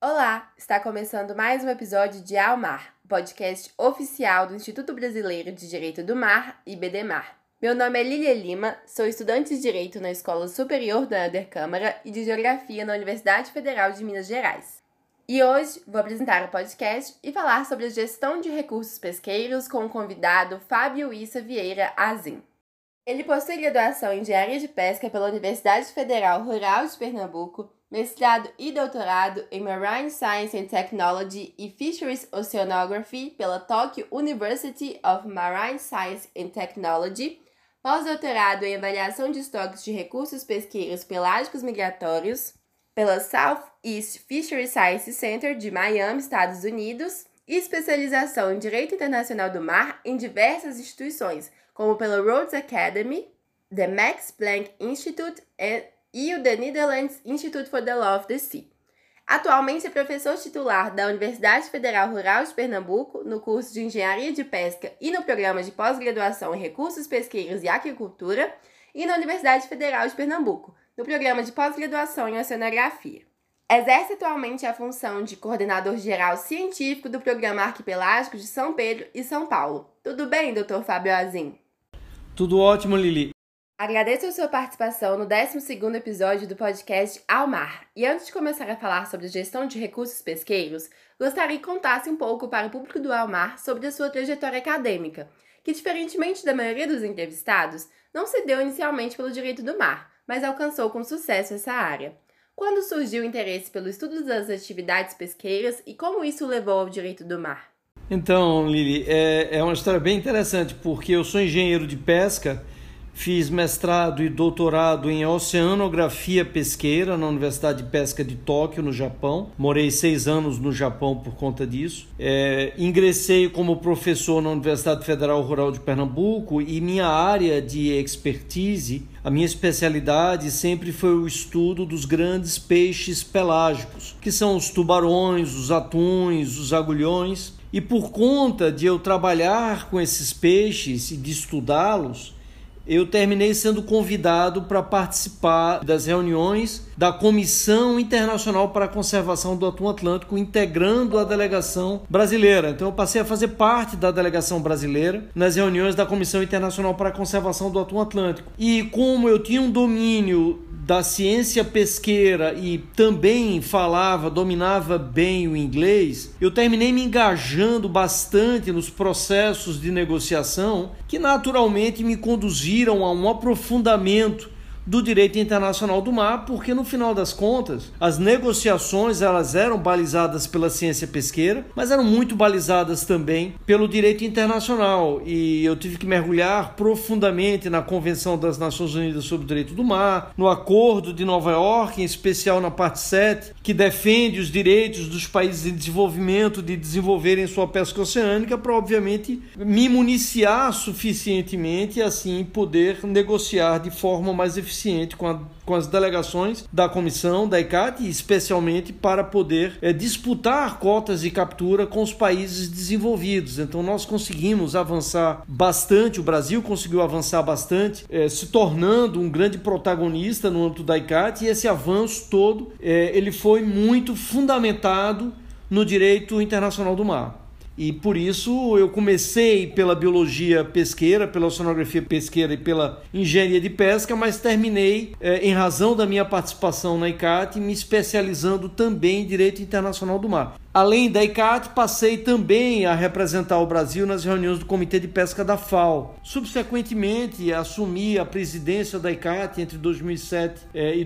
Olá, está começando mais um episódio de Ao Mar, podcast oficial do Instituto Brasileiro de Direito do Mar, IBDMAR. Meu nome é Lília Lima, sou estudante de Direito na Escola Superior da Undercâmara e de Geografia na Universidade Federal de Minas Gerais. E hoje vou apresentar o podcast e falar sobre a gestão de recursos pesqueiros com o convidado Fábio Issa Vieira Azim. Ele possui graduação em Engenharia de Pesca pela Universidade Federal Rural de Pernambuco, mestrado e doutorado em Marine Science and Technology e Fisheries Oceanography pela Tokyo University of Marine Science and Technology, pós-doutorado em Avaliação de Estoques de Recursos Pesqueiros Pelágicos Migratórios pela Southeast Fisheries Science Center de Miami, Estados Unidos, e especialização em Direito Internacional do Mar em diversas instituições, como pela Rhodes Academy, the Max Planck Institute e o The Netherlands Institute for the Law of the Sea. Atualmente é professor titular da Universidade Federal Rural de Pernambuco, no curso de Engenharia de Pesca e no programa de pós-graduação em Recursos Pesqueiros e Aquicultura, e na Universidade Federal de Pernambuco, no programa de pós-graduação em Oceanografia. Exerce atualmente a função de coordenador geral científico do Programa Arquipelágico de São Pedro e São Paulo. Tudo bem, Dr. Fábio Azim? Tudo ótimo, Lili. Agradeço a sua participação no 12º episódio do podcast Ao Mar. E antes de começar a falar sobre gestão de recursos pesqueiros, gostaria que contasse um pouco para o público do Ao Mar sobre a sua trajetória acadêmica, que, diferentemente da maioria dos entrevistados, não se deu inicialmente pelo direito do mar, mas alcançou com sucesso essa área. Quando surgiu o interesse pelo estudo das atividades pesqueiras e como isso levou ao direito do mar? Então, Lili, é uma história bem interessante, porque eu sou engenheiro de pesca, fiz mestrado e doutorado em Oceanografia Pesqueira na Universidade de Pesca de Tóquio, no Japão. Morei 6 anos no Japão por conta disso. Ingressei como professor na Universidade Federal Rural de Pernambuco e minha área de expertise, a minha especialidade sempre foi o estudo dos grandes peixes pelágicos, que são os tubarões, os atuns, os agulhões. E por conta de eu trabalhar com esses peixes e de estudá-los, eu terminei sendo convidado para participar das reuniões da Comissão Internacional para a Conservação do Atum Atlântico, integrando a delegação brasileira. Então eu passei a fazer parte da delegação brasileira nas reuniões da Comissão Internacional para a Conservação do Atum Atlântico. E como eu tinha um domínio da ciência pesqueira e também dominava bem o inglês, eu terminei me engajando bastante nos processos de negociação que naturalmente me conduziram a um aprofundamento do direito internacional do mar, porque no final das contas as negociações elas eram balizadas pela ciência pesqueira, mas eram muito balizadas também pelo direito internacional, e eu tive que mergulhar profundamente na Convenção das Nações Unidas sobre o Direito do Mar, no Acordo de Nova York, em especial na parte 7, que defende os direitos dos países em desenvolvimento de desenvolverem sua pesca oceânica, para obviamente me municiar suficientemente e assim poder negociar de forma mais eficiente com as delegações da comissão, da ICCAT, especialmente para poder disputar cotas de captura com os países desenvolvidos. Então nós conseguimos avançar bastante, o Brasil conseguiu avançar bastante, se tornando um grande protagonista no âmbito da ICCAT, e esse avanço todo ele foi muito fundamentado no direito internacional do mar. E por isso eu comecei pela biologia pesqueira, pela oceanografia pesqueira e pela engenharia de pesca, mas terminei, em razão da minha participação na ICCAT, me especializando também em direito internacional do mar. Além da ICCAT, passei também a representar o Brasil nas reuniões do Comitê de Pesca da FAO. Subsequentemente, assumi a presidência da ICCAT entre 2007 e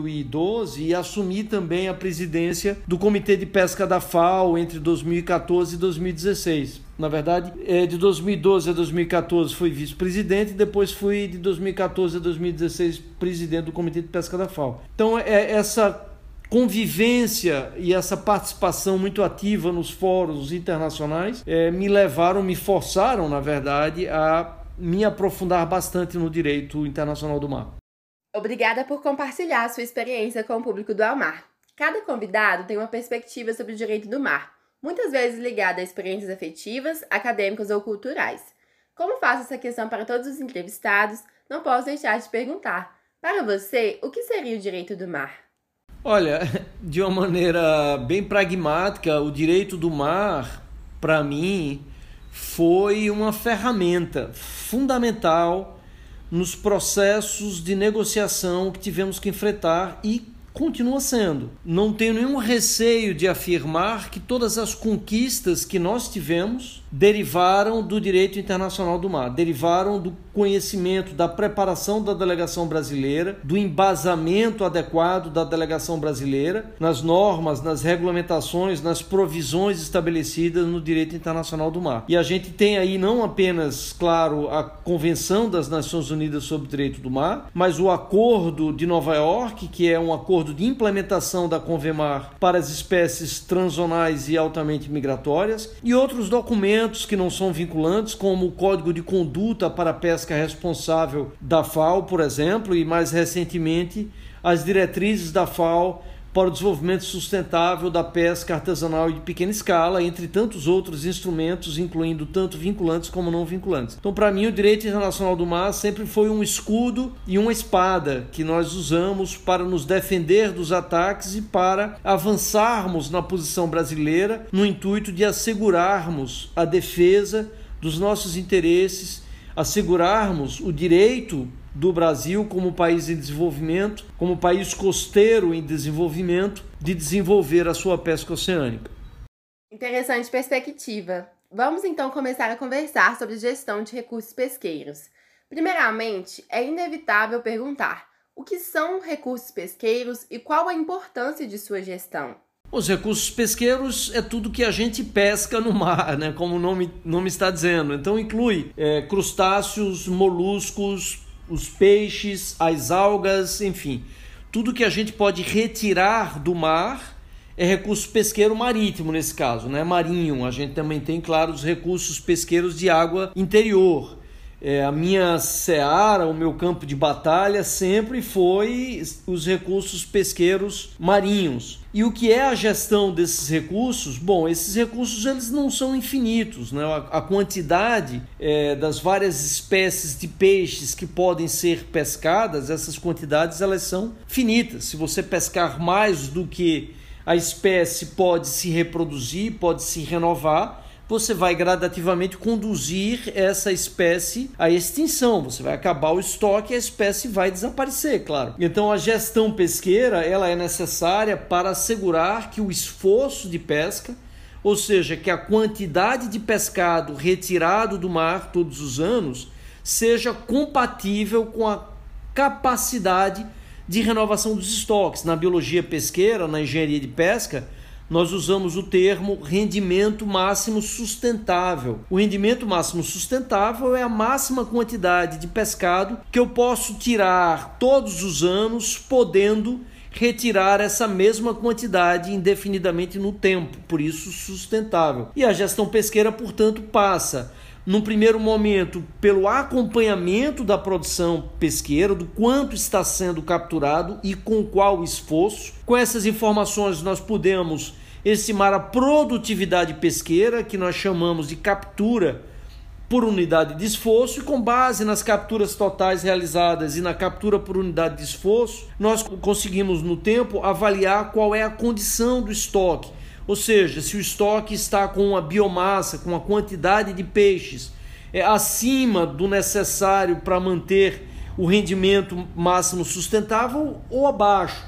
2012 e assumi também a presidência do Comitê de Pesca da FAO entre 2014 e 2016. Na verdade, de 2012 a 2014 fui vice-presidente e depois fui de 2014 a 2016 presidente do Comitê de Pesca da FAO. Então, essa convivência e essa participação muito ativa nos fóruns internacionais me forçaram, na verdade, a me aprofundar bastante no direito internacional do mar. Obrigada por compartilhar a sua experiência com o público do Ao Mar. Cada convidado tem uma perspectiva sobre o direito do mar, muitas vezes ligada a experiências afetivas, acadêmicas ou culturais. Como faço essa questão para todos os entrevistados, não posso deixar de perguntar: para você, o que seria o direito do mar? Olha, de uma maneira bem pragmática, o direito do mar, para mim, foi uma ferramenta fundamental nos processos de negociação que tivemos que enfrentar e continua sendo. Não tenho nenhum receio de afirmar que todas as conquistas que nós tivemos derivaram do direito internacional do mar, derivaram do conhecimento, da preparação da delegação brasileira, do embasamento adequado da delegação brasileira nas normas, nas regulamentações, nas provisões estabelecidas no direito internacional do mar. E a gente tem aí não apenas, claro, a Convenção das Nações Unidas sobre o Direito do Mar, mas o Acordo de Nova York, que é um acordo de implementação da Convemar para as espécies transzonais e altamente migratórias, e outros documentos que não são vinculantes, como o Código de Conduta para a Pesca Responsável da FAO, por exemplo, e mais recentemente as diretrizes da FAO para o desenvolvimento sustentável da pesca artesanal e de pequena escala, entre tantos outros instrumentos, incluindo tanto vinculantes como não vinculantes. Então, para mim, o direito internacional do mar sempre foi um escudo e uma espada que nós usamos para nos defender dos ataques e para avançarmos na posição brasileira no intuito de assegurarmos a defesa dos nossos interesses, assegurarmos o direito do Brasil como país em desenvolvimento, como país costeiro em desenvolvimento, de desenvolver a sua pesca oceânica. Interessante perspectiva. Vamos então começar a conversar sobre gestão de recursos pesqueiros. Primeiramente, é inevitável perguntar o que são recursos pesqueiros e qual a importância de sua gestão. Os recursos pesqueiros é tudo que a gente pesca no mar, né? Como o nome está dizendo. Então inclui crustáceos, moluscos, os peixes, as algas, enfim. Tudo que a gente pode retirar do mar é recurso pesqueiro marítimo nesse caso, né? Marinho. A gente também tem, claro, os recursos pesqueiros de água interior. A minha seara, o meu campo de batalha sempre foi os recursos pesqueiros marinhos. E o que é a gestão desses recursos? Bom, esses recursos eles não são infinitos, né? A quantidade das várias espécies de peixes que podem ser pescadas, essas quantidades elas são finitas. Se você pescar mais do que a espécie pode se reproduzir, pode se renovar, você vai gradativamente conduzir essa espécie à extinção. Você vai acabar o estoque e a espécie vai desaparecer, claro. Então a gestão pesqueira ela é necessária para assegurar que o esforço de pesca, ou seja, que a quantidade de pescado retirado do mar todos os anos, seja compatível com a capacidade de renovação dos estoques. Na biologia pesqueira, na engenharia de pesca, nós usamos o termo rendimento máximo sustentável. O rendimento máximo sustentável é a máxima quantidade de pescado que eu posso tirar todos os anos, podendo retirar essa mesma quantidade indefinidamente no tempo, por isso sustentável. E a gestão pesqueira, portanto, passa, num primeiro momento, pelo acompanhamento da produção pesqueira, do quanto está sendo capturado e com qual esforço. Com essas informações nós podemos estimar a produtividade pesqueira, que nós chamamos de captura por unidade de esforço, e com base nas capturas totais realizadas e na captura por unidade de esforço, nós conseguimos no tempo avaliar qual é a condição do estoque. Ou seja, se o estoque está com uma biomassa, com uma quantidade de peixes acima do necessário para manter o rendimento máximo sustentável ou abaixo.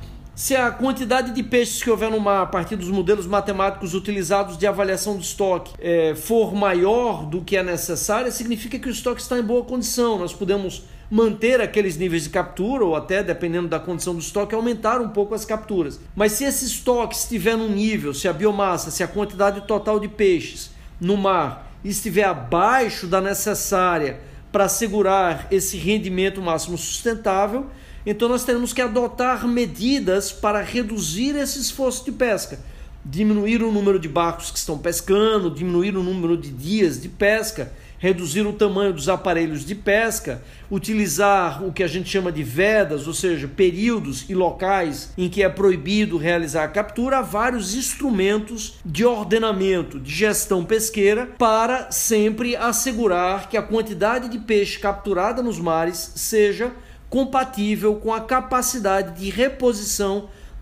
Se a quantidade de peixes que houver no mar, a partir dos modelos matemáticos utilizados de avaliação do estoque, for maior do que é necessária, significa que o estoque está em boa condição. Nós podemos manter aqueles níveis de captura ou até, dependendo da condição do estoque, aumentar um pouco as capturas. Mas se esse estoque estiver num nível, se a biomassa, se a quantidade total de peixes no mar estiver abaixo da necessária para assegurar esse rendimento máximo sustentável, então nós teremos que adotar medidas para reduzir esse esforço de pesca. Diminuir o número de barcos que estão pescando, diminuir o número de dias de pesca, reduzir o tamanho dos aparelhos de pesca, utilizar o que a gente chama de vedas, ou seja, períodos e locais em que é proibido realizar a captura. Há vários instrumentos de ordenamento, de gestão pesqueira para sempre assegurar que a quantidade de peixe capturada nos mares seja compatível com a capacidade de reposição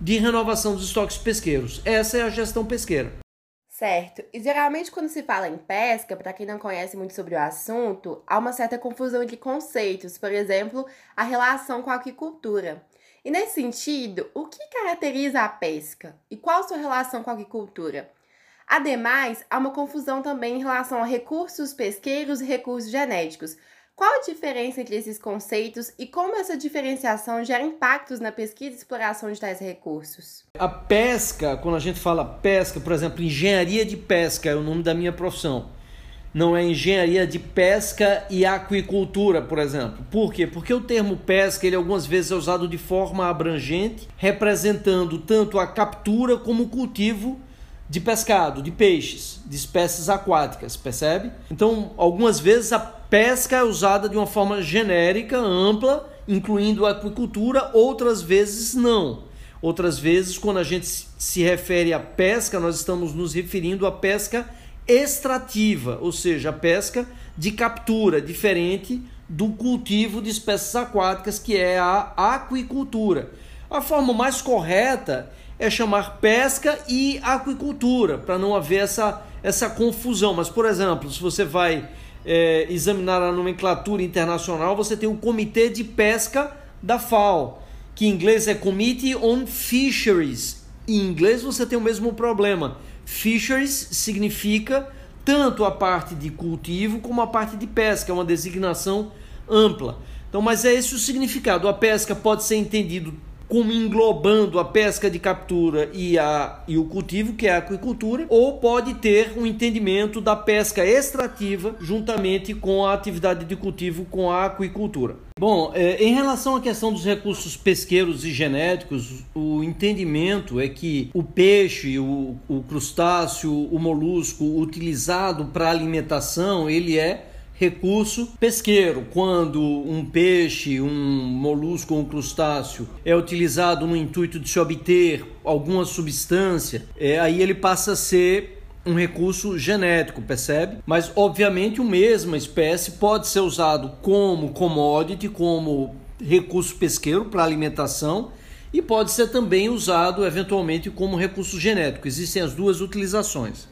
de renovação dos estoques pesqueiros. Essa é a gestão pesqueira. Certo. E geralmente quando se fala em pesca, para quem não conhece muito sobre o assunto, há uma certa confusão de conceitos, por exemplo, a relação com a aquicultura. E nesse sentido, o que caracteriza a pesca? E qual a sua relação com a aquicultura? Ademais, há uma confusão também em relação a recursos pesqueiros e recursos genéticos. Qual a diferença entre esses conceitos e como essa diferenciação gera impactos na pesquisa e exploração de tais recursos? A pesca, quando a gente fala pesca, por exemplo, engenharia de pesca é o nome da minha profissão. Não é engenharia de pesca e aquicultura, por exemplo. Por quê? Porque o termo pesca, ele algumas vezes é usado de forma abrangente, representando tanto a captura como o cultivo de pescado, de peixes, de espécies aquáticas, percebe? Então, algumas vezes a pesca é usada de uma forma genérica, ampla, incluindo a aquicultura, outras vezes não. Outras vezes, quando a gente se refere à pesca, nós estamos nos referindo à pesca extrativa, ou seja, a pesca de captura, diferente do cultivo de espécies aquáticas, que é a aquicultura. A forma mais correta é chamar pesca e aquicultura, para não haver essa confusão. Mas, por exemplo, se você vai examinar a nomenclatura internacional, você tem o Comitê de Pesca da FAO, que em inglês é Committee on Fisheries. Em inglês você tem o mesmo problema. Fisheries significa tanto a parte de cultivo como a parte de pesca, é uma designação ampla. Então, mas é esse o significado. A pesca pode ser entendido como englobando a pesca de captura e o cultivo, que é a aquicultura, ou pode ter um entendimento da pesca extrativa juntamente com a atividade de cultivo com a aquicultura. Bom, em relação à questão dos recursos pesqueiros e genéticos, o entendimento é que o peixe, o crustáceo, o molusco utilizado para alimentação, ele é recurso pesqueiro. Quando um peixe, um molusco ou um crustáceo é utilizado no intuito de se obter alguma substância, aí ele passa a ser um recurso genético, percebe? Mas, obviamente, a mesma espécie pode ser usado como commodity, como recurso pesqueiro para alimentação, e pode ser também usado, eventualmente, como recurso genético. Existem as duas utilizações.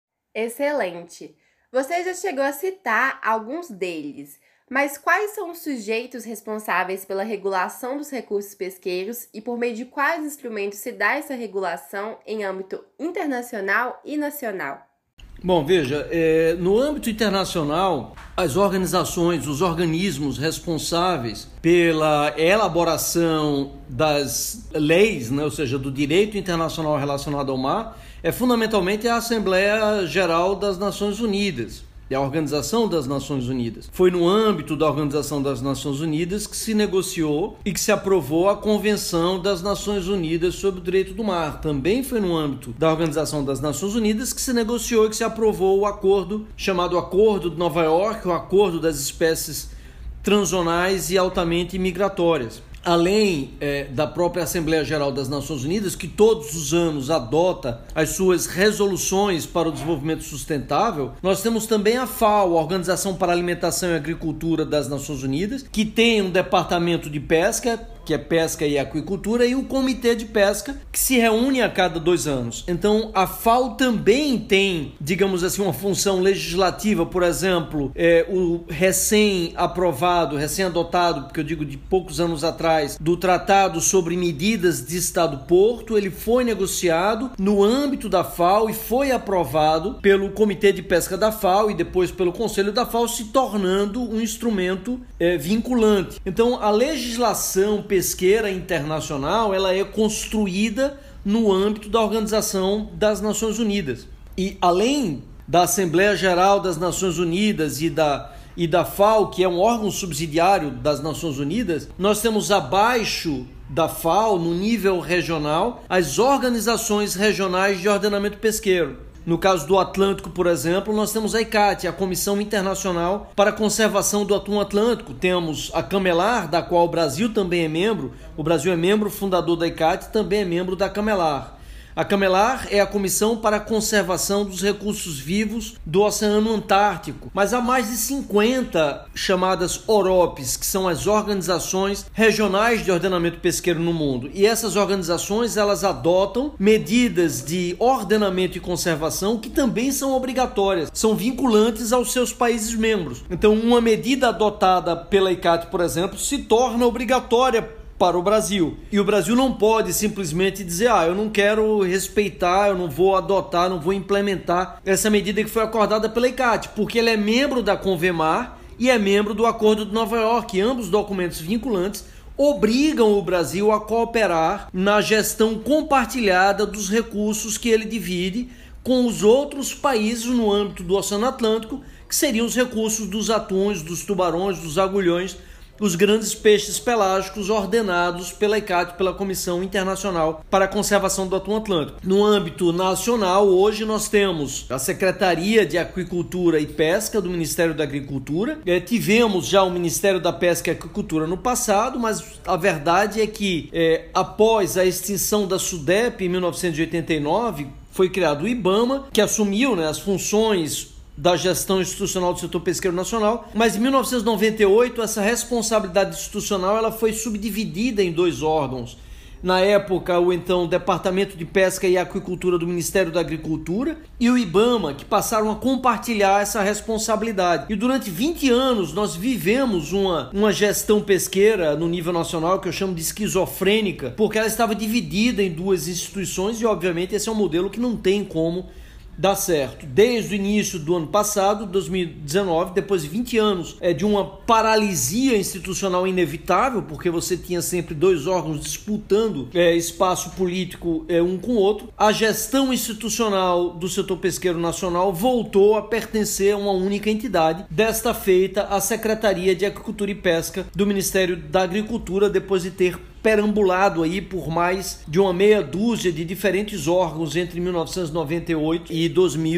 Excelente! Você já chegou a citar alguns deles, mas quais são os sujeitos responsáveis pela regulação dos recursos pesqueiros e por meio de quais instrumentos se dá essa regulação em âmbito internacional e nacional? Bom, veja, no âmbito internacional, as organizações, os organismos responsáveis pela elaboração das leis, né, ou seja, do direito internacional relacionado ao mar, fundamentalmente a Assembleia Geral das Nações Unidas, a Organização das Nações Unidas. Foi no âmbito da Organização das Nações Unidas que se negociou e que se aprovou a Convenção das Nações Unidas sobre o Direito do Mar. Também foi no âmbito da Organização das Nações Unidas que se negociou e que se aprovou o acordo chamado Acordo de Nova York, o Acordo das Espécies Transzonais e Altamente Migratórias. Além da própria Assembleia Geral das Nações Unidas, que todos os anos adota as suas resoluções para o desenvolvimento sustentável, nós temos também a FAO, a Organização para a Alimentação e Agricultura das Nações Unidas, que tem um departamento de pesca, que é pesca e aquicultura, e o Comitê de Pesca, que se reúne a cada 2 anos. Então, a FAO também tem, digamos assim, uma função legislativa, por exemplo, o recém-aprovado, recém-adotado, porque eu digo de poucos anos atrás, do Tratado sobre Medidas de Estado-Porto, ele foi negociado no âmbito da FAO e foi aprovado pelo Comitê de Pesca da FAO e depois pelo Conselho da FAO, se tornando um instrumento vinculante. Então, a legislação pesqueira internacional, ela é construída no âmbito da Organização das Nações Unidas. E além da Assembleia Geral das Nações Unidas e da FAO, que é um órgão subsidiário das Nações Unidas, nós temos abaixo da FAO, no nível regional, as organizações regionais de ordenamento pesqueiro. No caso do Atlântico, por exemplo, nós temos a ICCAT, a Comissão Internacional para a Conservação do Atum Atlântico. Temos a CAMELAR, da qual o Brasil também é membro. O Brasil é membro fundador da ICCAT e também é membro da CAMELAR. A CAMELAR é a Comissão para a Conservação dos Recursos Vivos do Oceano Antártico, mas há mais de 50 chamadas OROPs, que são as Organizações Regionais de Ordenamento Pesqueiro no mundo. E essas organizações, elas adotam medidas de ordenamento e conservação que também são obrigatórias, são vinculantes aos seus países membros. Então, uma medida adotada pela ICCAT, por exemplo, se torna obrigatória para o Brasil. E o Brasil não pode simplesmente dizer, eu não quero respeitar, eu não vou adotar, não vou implementar essa medida que foi acordada pela ICCAT, porque ele é membro da CONVEMAR e é membro do Acordo de Nova York. E ambos documentos vinculantes obrigam o Brasil a cooperar na gestão compartilhada dos recursos que ele divide com os outros países no âmbito do Oceano Atlântico, que seriam os recursos dos atuns, dos tubarões, dos agulhões, os grandes peixes pelágicos ordenados pela ICCAT, pela Comissão Internacional para a Conservação do Atum Atlântico. No âmbito nacional, hoje nós temos a Secretaria de Aquicultura e Pesca do Ministério da Agricultura. Tivemos já o Ministério da Pesca e Aquicultura no passado, mas a verdade é que após a extinção da SUDEP em 1989, foi criado o IBAMA, que assumiu as funções da gestão institucional do setor pesqueiro nacional, mas em 1998 essa responsabilidade institucional ela foi subdividida em 2 órgãos. Na época, o então Departamento de Pesca e Aquicultura do Ministério da Agricultura e o IBAMA, que passaram a compartilhar essa responsabilidade. E durante 20 anos nós vivemos uma gestão pesqueira no nível nacional que eu chamo de esquizofrênica, porque ela estava dividida em 2 instituições e obviamente esse é um modelo que não tem como dá certo. Desde o início do ano passado, 2019, depois de 20 anos de uma paralisia institucional inevitável, porque você tinha sempre 2 órgãos disputando espaço político um com o outro, a gestão institucional do setor pesqueiro nacional voltou a pertencer a uma única entidade, desta feita a Secretaria de Agricultura e Pesca do Ministério da Agricultura, depois de ter perambulado aí por mais de uma meia dúzia de diferentes órgãos entre 1998 e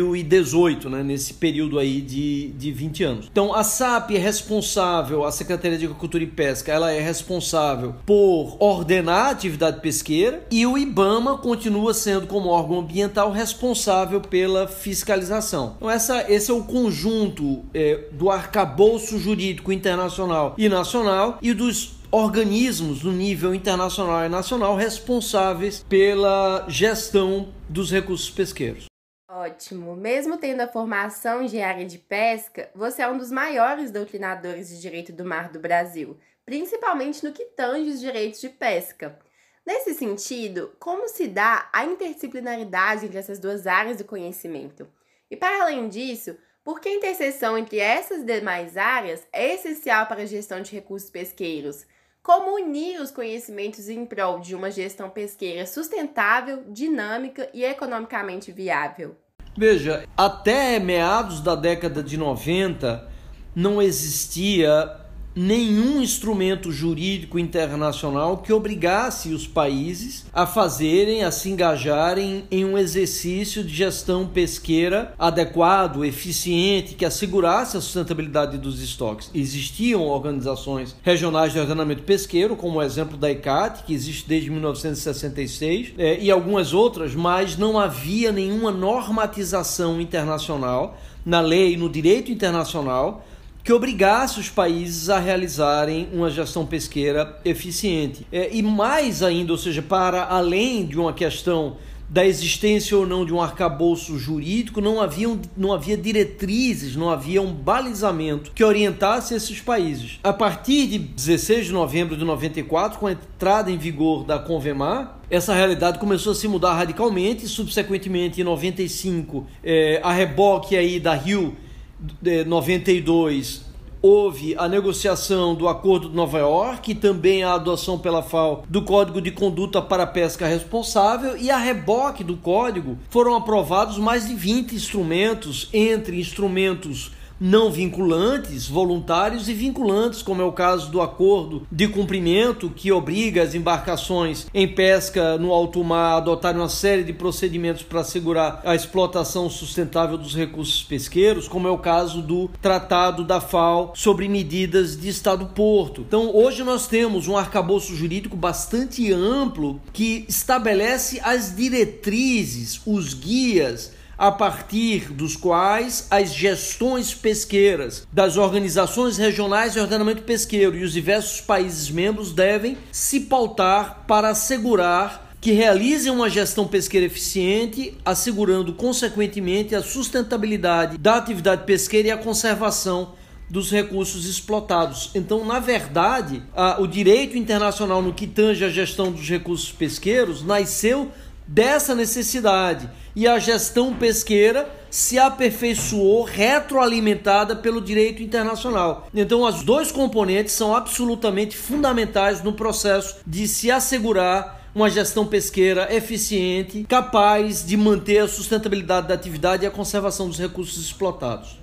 2018, nesse período aí de 20 anos. Então a SAP é responsável, a Secretaria de Agricultura e Pesca, ela é responsável por ordenar a atividade pesqueira e o IBAMA continua sendo como órgão ambiental responsável pela fiscalização. Então esse é o conjunto do arcabouço jurídico internacional e nacional e dos organismos no nível internacional e nacional responsáveis pela gestão dos recursos pesqueiros. Ótimo! Mesmo tendo a formação em engenharia de pesca, você é um dos maiores doutrinadores de direito do mar do Brasil, principalmente no que tange os direitos de pesca. Nesse sentido, como se dá a interdisciplinaridade entre essas 2 áreas do conhecimento? E para além disso, por que a interseção entre essas demais áreas é essencial para a gestão de recursos pesqueiros? Como unir os conhecimentos em prol de uma gestão pesqueira sustentável, dinâmica e economicamente viável? Veja, até meados da década de 90 não existia nenhum instrumento jurídico internacional que obrigasse os países a fazerem, a se engajarem em um exercício de gestão pesqueira adequado, eficiente, que assegurasse a sustentabilidade dos estoques. Existiam organizações regionais de ordenamento pesqueiro, como o exemplo da ICCAT, que existe desde 1966, e algumas outras, mas não havia nenhuma normatização internacional na lei, no direito internacional, que obrigasse os países a realizarem uma gestão pesqueira eficiente. E mais ainda, ou seja, para além de uma questão da existência ou não de um arcabouço jurídico, não havia diretrizes, não havia um balizamento que orientasse esses países. A partir de 16 de novembro de 94, com a entrada em vigor da CONVEMAR, essa realidade começou a se mudar radicalmente. Subsequentemente, em 95, a reboque aí da Rio 92, houve a negociação do Acordo de Nova York e também a adoção pela FAO do Código de Conduta para a Pesca Responsável, e a reboque do código foram aprovados mais de 20 instrumentos, entre instrumentos não vinculantes, voluntários e vinculantes, como é o caso do acordo de cumprimento, que obriga as embarcações em pesca no alto mar a adotarem uma série de procedimentos para assegurar a explotação sustentável dos recursos pesqueiros, como é o caso do Tratado da FAO sobre medidas de Estado-porto. Então, hoje nós temos um arcabouço jurídico bastante amplo que estabelece as diretrizes, os guias, a partir dos quais as gestões pesqueiras das organizações regionais de ordenamento pesqueiro e os diversos países membros devem se pautar para assegurar que realizem uma gestão pesqueira eficiente, assegurando consequentemente a sustentabilidade da atividade pesqueira e a conservação dos recursos explotados. Então, na verdade, o direito internacional no que tange a gestão dos recursos pesqueiros nasceu dessa necessidade, e a gestão pesqueira se aperfeiçoou retroalimentada pelo direito internacional. Então, os dois componentes são absolutamente fundamentais no processo de se assegurar uma gestão pesqueira eficiente, capaz de manter a sustentabilidade da atividade e a conservação dos recursos explotados.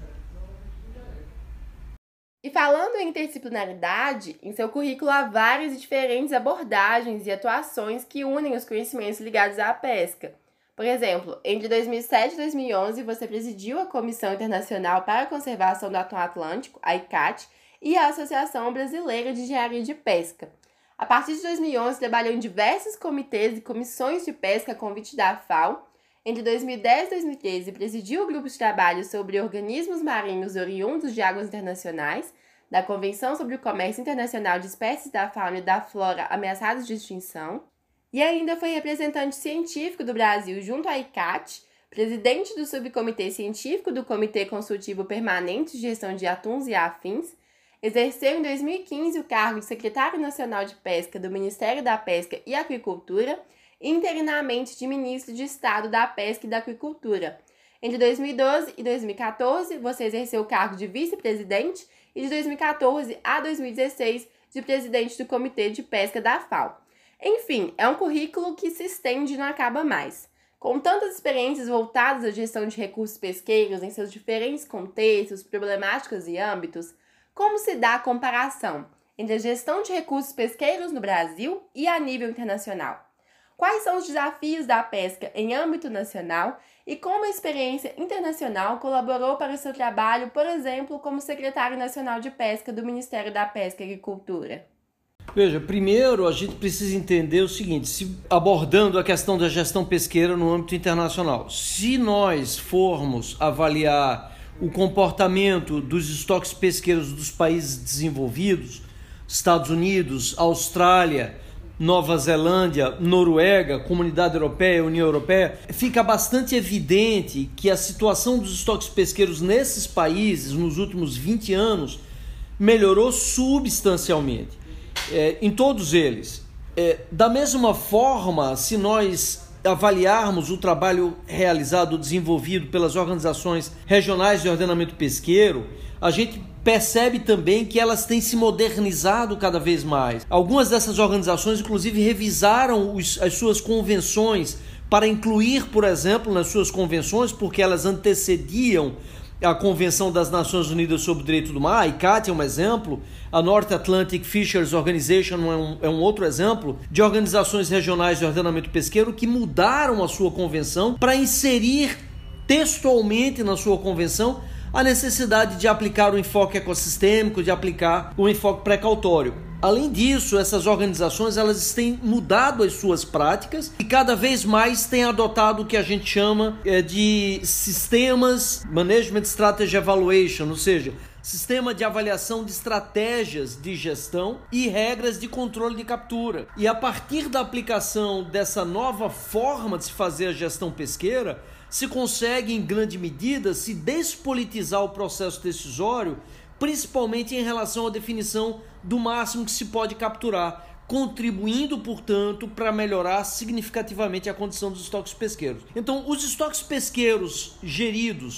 E falando em interdisciplinaridade, em seu currículo há várias e diferentes abordagens e atuações que unem os conhecimentos ligados à pesca. Por exemplo, entre 2007 e 2011, você presidiu a Comissão Internacional para a Conservação do Atum Atlântico, a ICCAT, e a Associação Brasileira de Engenharia de Pesca. A partir de 2011, trabalhou em diversos comitês e comissões de pesca a convite da FAO. Entre 2010 e 2013, presidiu o grupo de trabalho sobre organismos marinhos oriundos de águas internacionais, da Convenção sobre o Comércio Internacional de Espécies da Fauna e da Flora ameaçadas de extinção, e ainda foi representante científico do Brasil junto à ICCAT, presidente do Subcomitê Científico do Comitê Consultivo Permanente de Gestão de Atuns e Afins, exerceu em 2015 o cargo de secretário nacional de Pesca do Ministério da Pesca e Aquicultura, interinamente de Ministro de Estado da Pesca e da Aquicultura. Entre 2012 e 2014, você exerceu o cargo de vice-presidente e de 2014 a 2016 de presidente do Comitê de Pesca da FAO. Enfim, é um currículo que se estende e não acaba mais. Com tantas experiências voltadas à gestão de recursos pesqueiros em seus diferentes contextos, problemáticas e âmbitos, como se dá a comparação entre a gestão de recursos pesqueiros no Brasil e a nível internacional? Quais são os desafios da pesca em âmbito nacional e como a experiência internacional colaborou para o seu trabalho, por exemplo, como secretário nacional de pesca do Ministério da Pesca e Agricultura? Veja, primeiro a gente precisa entender o seguinte, abordando a questão da gestão pesqueira no âmbito internacional. Se nós formos avaliar o comportamento dos estoques pesqueiros dos países desenvolvidos, Estados Unidos, Austrália, Nova Zelândia, Noruega, Comunidade Europeia, União Europeia, fica bastante evidente que a situação dos estoques pesqueiros nesses países, nos últimos 20 anos, melhorou substancialmente, em todos eles. Da mesma forma, se nós avaliarmos o trabalho realizado, desenvolvido pelas organizações regionais de ordenamento pesqueiro, a gente percebe também que elas têm se modernizado cada vez mais. Algumas dessas organizações, inclusive, revisaram as suas convenções para incluir, por exemplo, nas suas convenções, porque elas antecediam a Convenção das Nações Unidas sobre o Direito do Mar, a ICCAT é um exemplo, a North Atlantic Fisheries Organization é um outro exemplo, de organizações regionais de ordenamento pesqueiro que mudaram a sua convenção para inserir textualmente na sua convenção a necessidade de aplicar o enfoque ecossistêmico, de aplicar o enfoque precautório. Além disso, essas organizações elas têm mudado as suas práticas e cada vez mais têm adotado o que a gente chama de sistemas Management Strategy Evaluation, ou seja, sistema de avaliação de estratégias de gestão e regras de controle de captura. E a partir da aplicação dessa nova forma de se fazer a gestão pesqueira, se consegue em grande medida se despolitizar o processo decisório, principalmente em relação à definição do máximo que se pode capturar, contribuindo, portanto, para melhorar significativamente a condição dos estoques pesqueiros. Então, os estoques pesqueiros geridos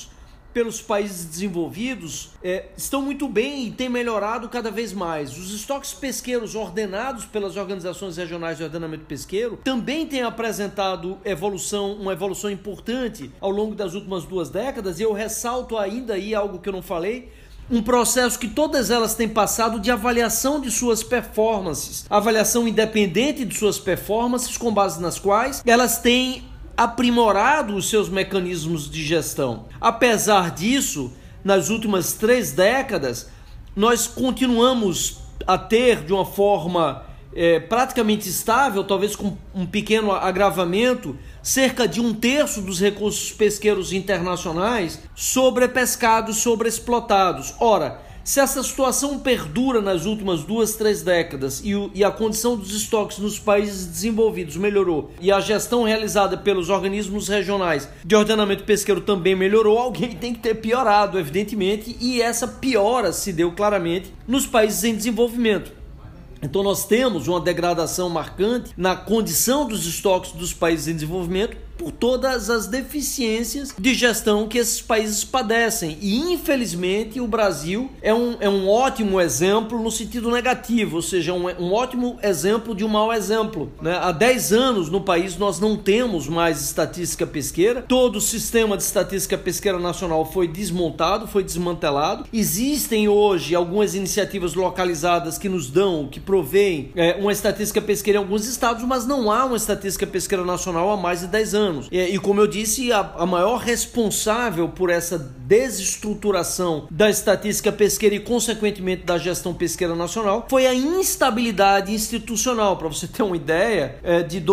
pelos países desenvolvidos estão muito bem e têm melhorado cada vez mais. Os estoques pesqueiros ordenados pelas organizações regionais de ordenamento pesqueiro também têm apresentado uma evolução importante ao longo das últimas 2 décadas, e eu ressalto ainda aí algo que eu não falei, um processo que todas elas têm passado de avaliação de suas performances, avaliação independente de suas performances, com base nas quais elas têm aprimorado os seus mecanismos de gestão. Apesar disso, nas últimas 3 décadas, nós continuamos a ter de uma forma praticamente estável, talvez com um pequeno agravamento, cerca de 1/3 dos recursos pesqueiros internacionais sobrepescados, sobreexplotados. Ora, se essa situação perdura nas últimas 2, 3 décadas e a condição dos estoques nos países desenvolvidos melhorou e a gestão realizada pelos organismos regionais de ordenamento pesqueiro também melhorou, alguém tem que ter piorado, evidentemente, e essa piora se deu claramente nos países em desenvolvimento. Então nós temos uma degradação marcante na condição dos estoques dos países em desenvolvimento por todas as deficiências de gestão que esses países padecem. E infelizmente o Brasil é um ótimo exemplo no sentido negativo, ou seja, um ótimo exemplo de um mau exemplo, né? Há 10 anos no país nós não temos mais estatística pesqueira, todo o sistema de estatística pesqueira nacional foi desmontado, foi desmantelado. Existem hoje algumas iniciativas localizadas que nos dão, que provêem uma estatística pesqueira em alguns estados, mas não há uma estatística pesqueira nacional há mais de 10 anos. E como eu disse, a maior responsável por essa desestruturação da estatística pesqueira e, consequentemente, da gestão pesqueira nacional foi a instabilidade institucional. Para você ter uma ideia, de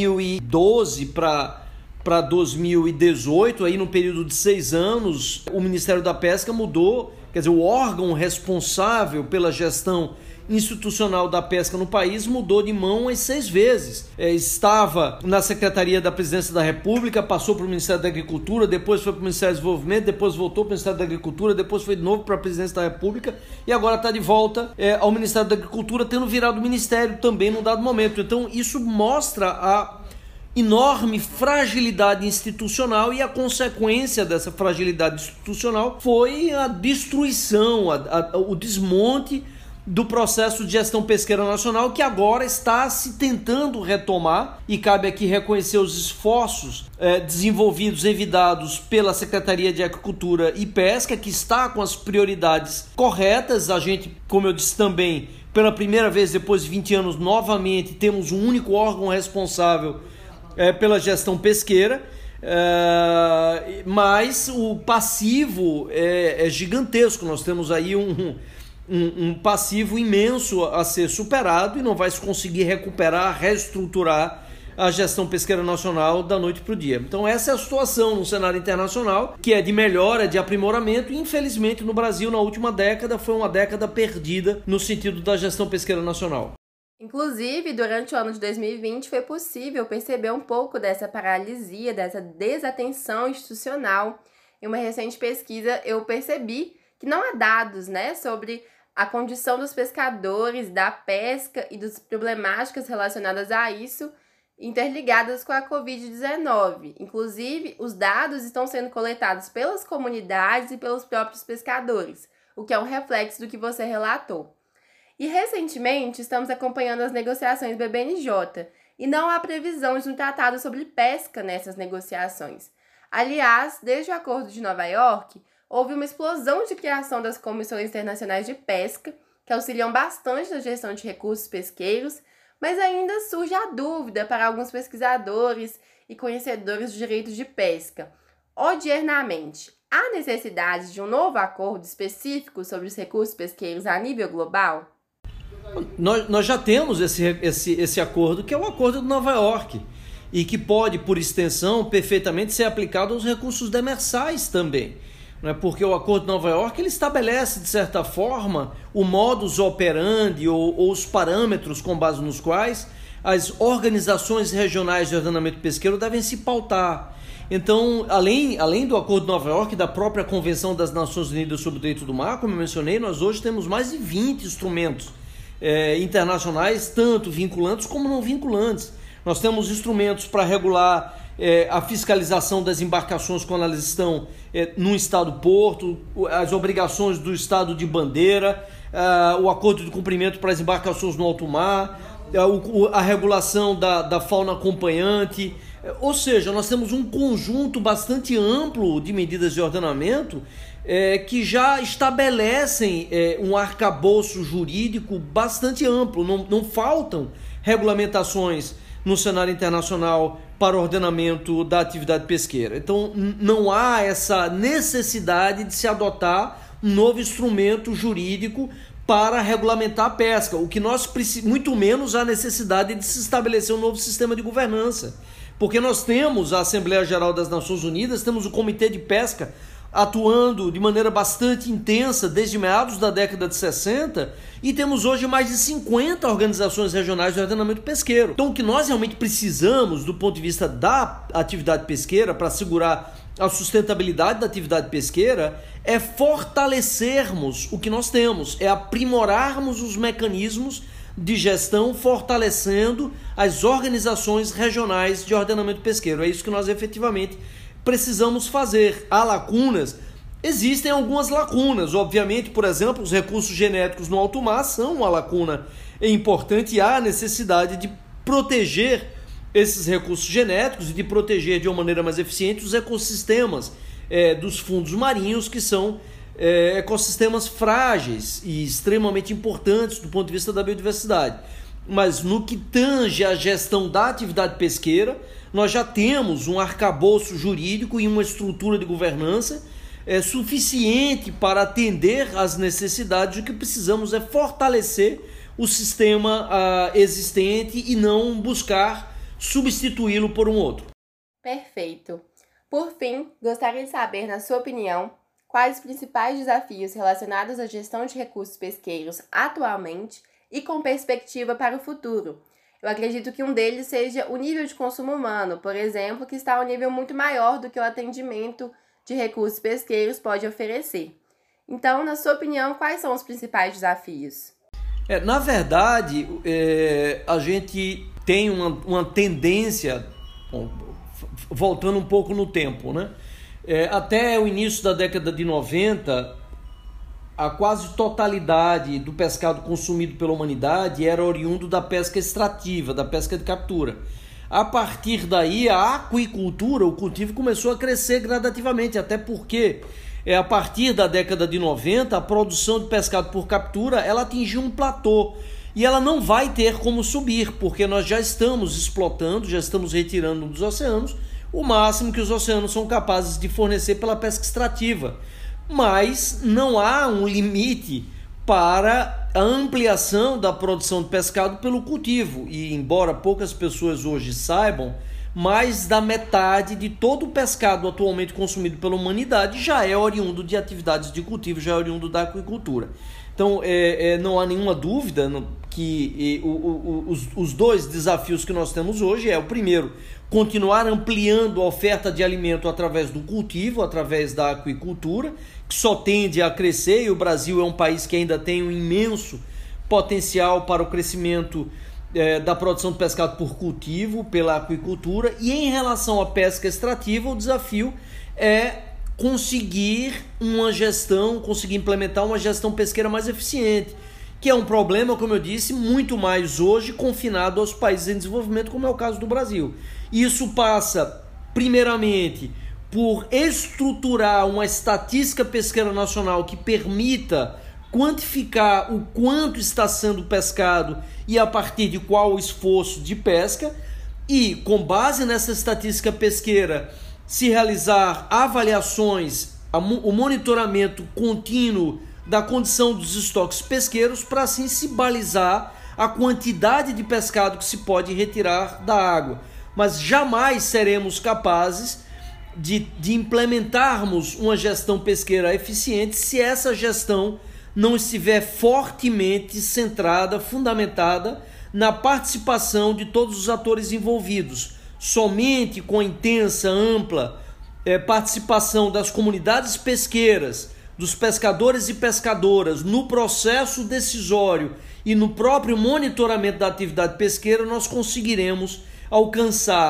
2012 para 2018, aí no período de 6 anos, o Ministério da Pesca mudou, quer dizer, o órgão responsável pela gestão institucional da pesca no país mudou de mão as 6 vezes. Estava na Secretaria da Presidência da República, passou para o Ministério da Agricultura, depois foi para o Ministério do Desenvolvimento, depois voltou para o Ministério da Agricultura, depois foi de novo para a Presidência da República e agora está de volta ao Ministério da Agricultura, tendo virado ministério também num dado momento. Então isso mostra a enorme fragilidade institucional, e a consequência dessa fragilidade institucional foi a destruição, o desmonte do processo de gestão pesqueira nacional, que agora está se tentando retomar, e cabe aqui reconhecer os esforços desenvolvidos, envidados pela Secretaria de Agricultura e Pesca, que está com as prioridades corretas. A gente, como eu disse também, pela primeira vez depois de 20 anos, novamente temos um único órgão responsável pela gestão pesqueira, mas o passivo é gigantesco. Nós temos aí um passivo imenso a ser superado, e não vai se conseguir recuperar, reestruturar a gestão pesqueira nacional da noite para o dia. Então essa é a situação no cenário internacional, que é de melhora, de aprimoramento, e infelizmente no Brasil, na última década, foi uma década perdida no sentido da gestão pesqueira nacional. Inclusive, durante o ano de 2020 foi possível perceber um pouco dessa paralisia, dessa desatenção institucional. Em uma recente pesquisa eu percebi que não há dados, sobre a condição dos pescadores, da pesca e das problemáticas relacionadas a isso, interligadas com a Covid-19. Inclusive, os dados estão sendo coletados pelas comunidades e pelos próprios pescadores, o que é um reflexo do que você relatou. E recentemente estamos acompanhando as negociações do BBNJ, e não há previsão de um tratado sobre pesca nessas negociações. Aliás, desde o Acordo de Nova York, houve uma explosão de criação das comissões internacionais de pesca, que auxiliam bastante na gestão de recursos pesqueiros, mas ainda surge a dúvida para alguns pesquisadores e conhecedores de direitos de pesca. Odiernamente, há necessidade de um novo acordo específico sobre os recursos pesqueiros a nível global? Nós já temos esse acordo, que é o Acordo de Nova York, e que pode, por extensão, perfeitamente ser aplicado aos recursos demersais também. Porque o Acordo de Nova York ele estabelece, de certa forma, o modus operandi ou os parâmetros com base nos quais as organizações regionais de ordenamento pesqueiro devem se pautar. Então, além do Acordo de Nova York e da própria Convenção das Nações Unidas sobre o Direito do Mar, como eu mencionei, nós hoje temos mais de 20 instrumentos internacionais, tanto vinculantes como não vinculantes. Nós temos instrumentos para regular a fiscalização das embarcações quando elas estão no estado-porto, as obrigações do estado de bandeira, o acordo de cumprimento para as embarcações no alto mar, a regulação da fauna acompanhante. Ou seja, nós temos um conjunto bastante amplo de medidas de ordenamento que já estabelecem um arcabouço jurídico bastante amplo. Não faltam regulamentações no cenário internacional para o ordenamento da atividade pesqueira. Então, não há essa necessidade de se adotar um novo instrumento jurídico para regulamentar a pesca, o que nós muito menos há necessidade de se estabelecer um novo sistema de governança, porque nós temos a Assembleia Geral das Nações Unidas, temos o Comitê de Pesca atuando de maneira bastante intensa desde meados da década de 60 e temos hoje mais de 50 organizações regionais de ordenamento pesqueiro. Então o que nós realmente precisamos do ponto de vista da atividade pesqueira para assegurar a sustentabilidade da atividade pesqueira é fortalecermos o que nós temos, é aprimorarmos os mecanismos de gestão, fortalecendo as organizações regionais de ordenamento pesqueiro. É isso que nós efetivamente precisamos fazer. Há lacunas? Existem algumas lacunas. Obviamente, por exemplo, os recursos genéticos no alto mar são uma lacuna importante e há necessidade de proteger esses recursos genéticos e de proteger de uma maneira mais eficiente os ecossistemas dos fundos marinhos, que são ecossistemas frágeis e extremamente importantes do ponto de vista da biodiversidade. Mas no que tange a gestão da atividade pesqueira, nós já temos um arcabouço jurídico e uma estrutura de governança suficiente para atender às necessidades. O que precisamos é fortalecer o sistema existente e não buscar substituí-lo por um outro. Perfeito. Por fim, gostaria de saber, na sua opinião, quais os principais desafios relacionados à gestão de recursos pesqueiros atualmente e com perspectiva para o futuro. Eu acredito que um deles seja o nível de consumo humano, por exemplo, que está a um nível muito maior do que o atendimento de recursos pesqueiros pode oferecer. Então, na sua opinião, quais são os principais desafios? Na verdade, a gente tem uma tendência, voltando um pouco no tempo, né? Até o início da década de 90, a quase totalidade do pescado consumido pela humanidade era oriundo da pesca extrativa, da pesca de captura. A partir daí, a aquicultura, o cultivo, começou a crescer gradativamente, até porque a partir da década de 90, a produção de pescado por captura ela atingiu um platô e ela não vai ter como subir, porque nós já estamos explotando, já estamos retirando dos oceanos o máximo que os oceanos são capazes de fornecer pela pesca extrativa. Mas não há um limite para a ampliação da produção de pescado pelo cultivo. E embora poucas pessoas hoje saibam, mais da metade de todo o pescado atualmente consumido pela humanidade já é oriundo de atividades de cultivo, já é oriundo da aquicultura. Então não há nenhuma dúvida que os dois desafios que nós temos hoje o primeiro, continuar ampliando a oferta de alimento através do cultivo, através da aquicultura, que só tende a crescer, e o Brasil é um país que ainda tem um imenso potencial para o crescimento da produção de pescado por cultivo, pela aquicultura. E em relação à pesca extrativa, o desafio é conseguir implementar uma gestão pesqueira mais eficiente, que é um problema, como eu disse, muito mais hoje confinado aos países em desenvolvimento, como é o caso do Brasil. Isso passa, primeiramente, por estruturar uma estatística pesqueira nacional que permita quantificar o quanto está sendo pescado e a partir de qual esforço de pesca, e com base nessa estatística pesqueira se realizar avaliações, o monitoramento contínuo da condição dos estoques pesqueiros, para assim se balizar a quantidade de pescado que se pode retirar da água. Mas jamais seremos capazes de implementarmos uma gestão pesqueira eficiente se essa gestão não estiver fortemente centrada, fundamentada na participação de todos os atores envolvidos. Somente com a intensa, ampla participação das comunidades pesqueiras, dos pescadores e pescadoras no processo decisório e no próprio monitoramento da atividade pesqueira, nós conseguiremos alcançar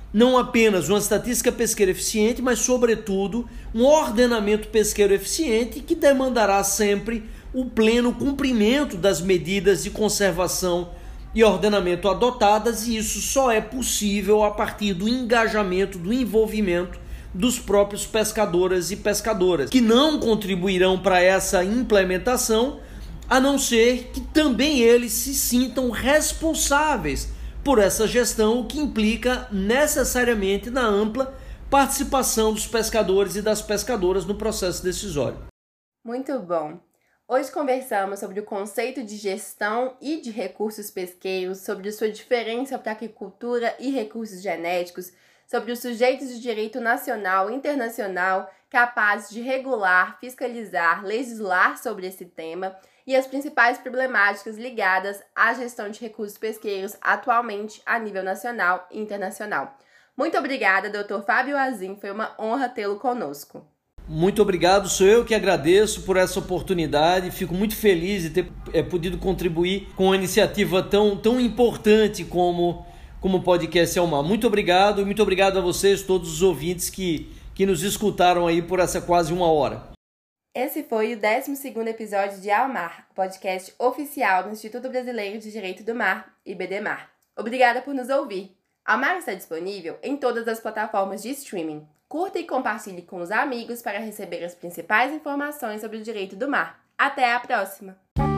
não apenas uma estatística pesqueira eficiente, mas, sobretudo, um ordenamento pesqueiro eficiente que demandará sempre o pleno cumprimento das medidas de conservação e ordenamento adotadas, e isso só é possível a partir do engajamento, do envolvimento dos próprios pescadores e pescadoras, que não contribuirão para essa implementação, a não ser que também eles se sintam responsáveis por essa gestão, o que implica necessariamente na ampla participação dos pescadores e das pescadoras no processo decisório. Muito bom! Hoje conversamos sobre o conceito de gestão e de recursos pesqueiros, sobre sua diferença para a aquicultura e recursos genéticos, sobre os sujeitos de direito nacional e internacional capazes de regular, fiscalizar, legislar sobre esse tema e as principais problemáticas ligadas à gestão de recursos pesqueiros atualmente a nível nacional e internacional. Muito obrigada, Dr. Fábio Azim, foi uma honra tê-lo conosco. Muito obrigado, sou eu que agradeço por essa oportunidade, fico muito feliz de ter podido contribuir com uma iniciativa tão importante como o podcast Ao Mar. Muito obrigado e muito obrigado a vocês, todos os ouvintes que nos escutaram aí por essa quase uma hora. Esse foi o 12º episódio de Ao Mar, podcast oficial do Instituto Brasileiro de Direito do Mar, IBDMAR. Obrigada por nos ouvir. Ao Mar está disponível em todas as plataformas de streaming. Curta e compartilhe com os amigos para receber as principais informações sobre o direito do mar. Até a próxima!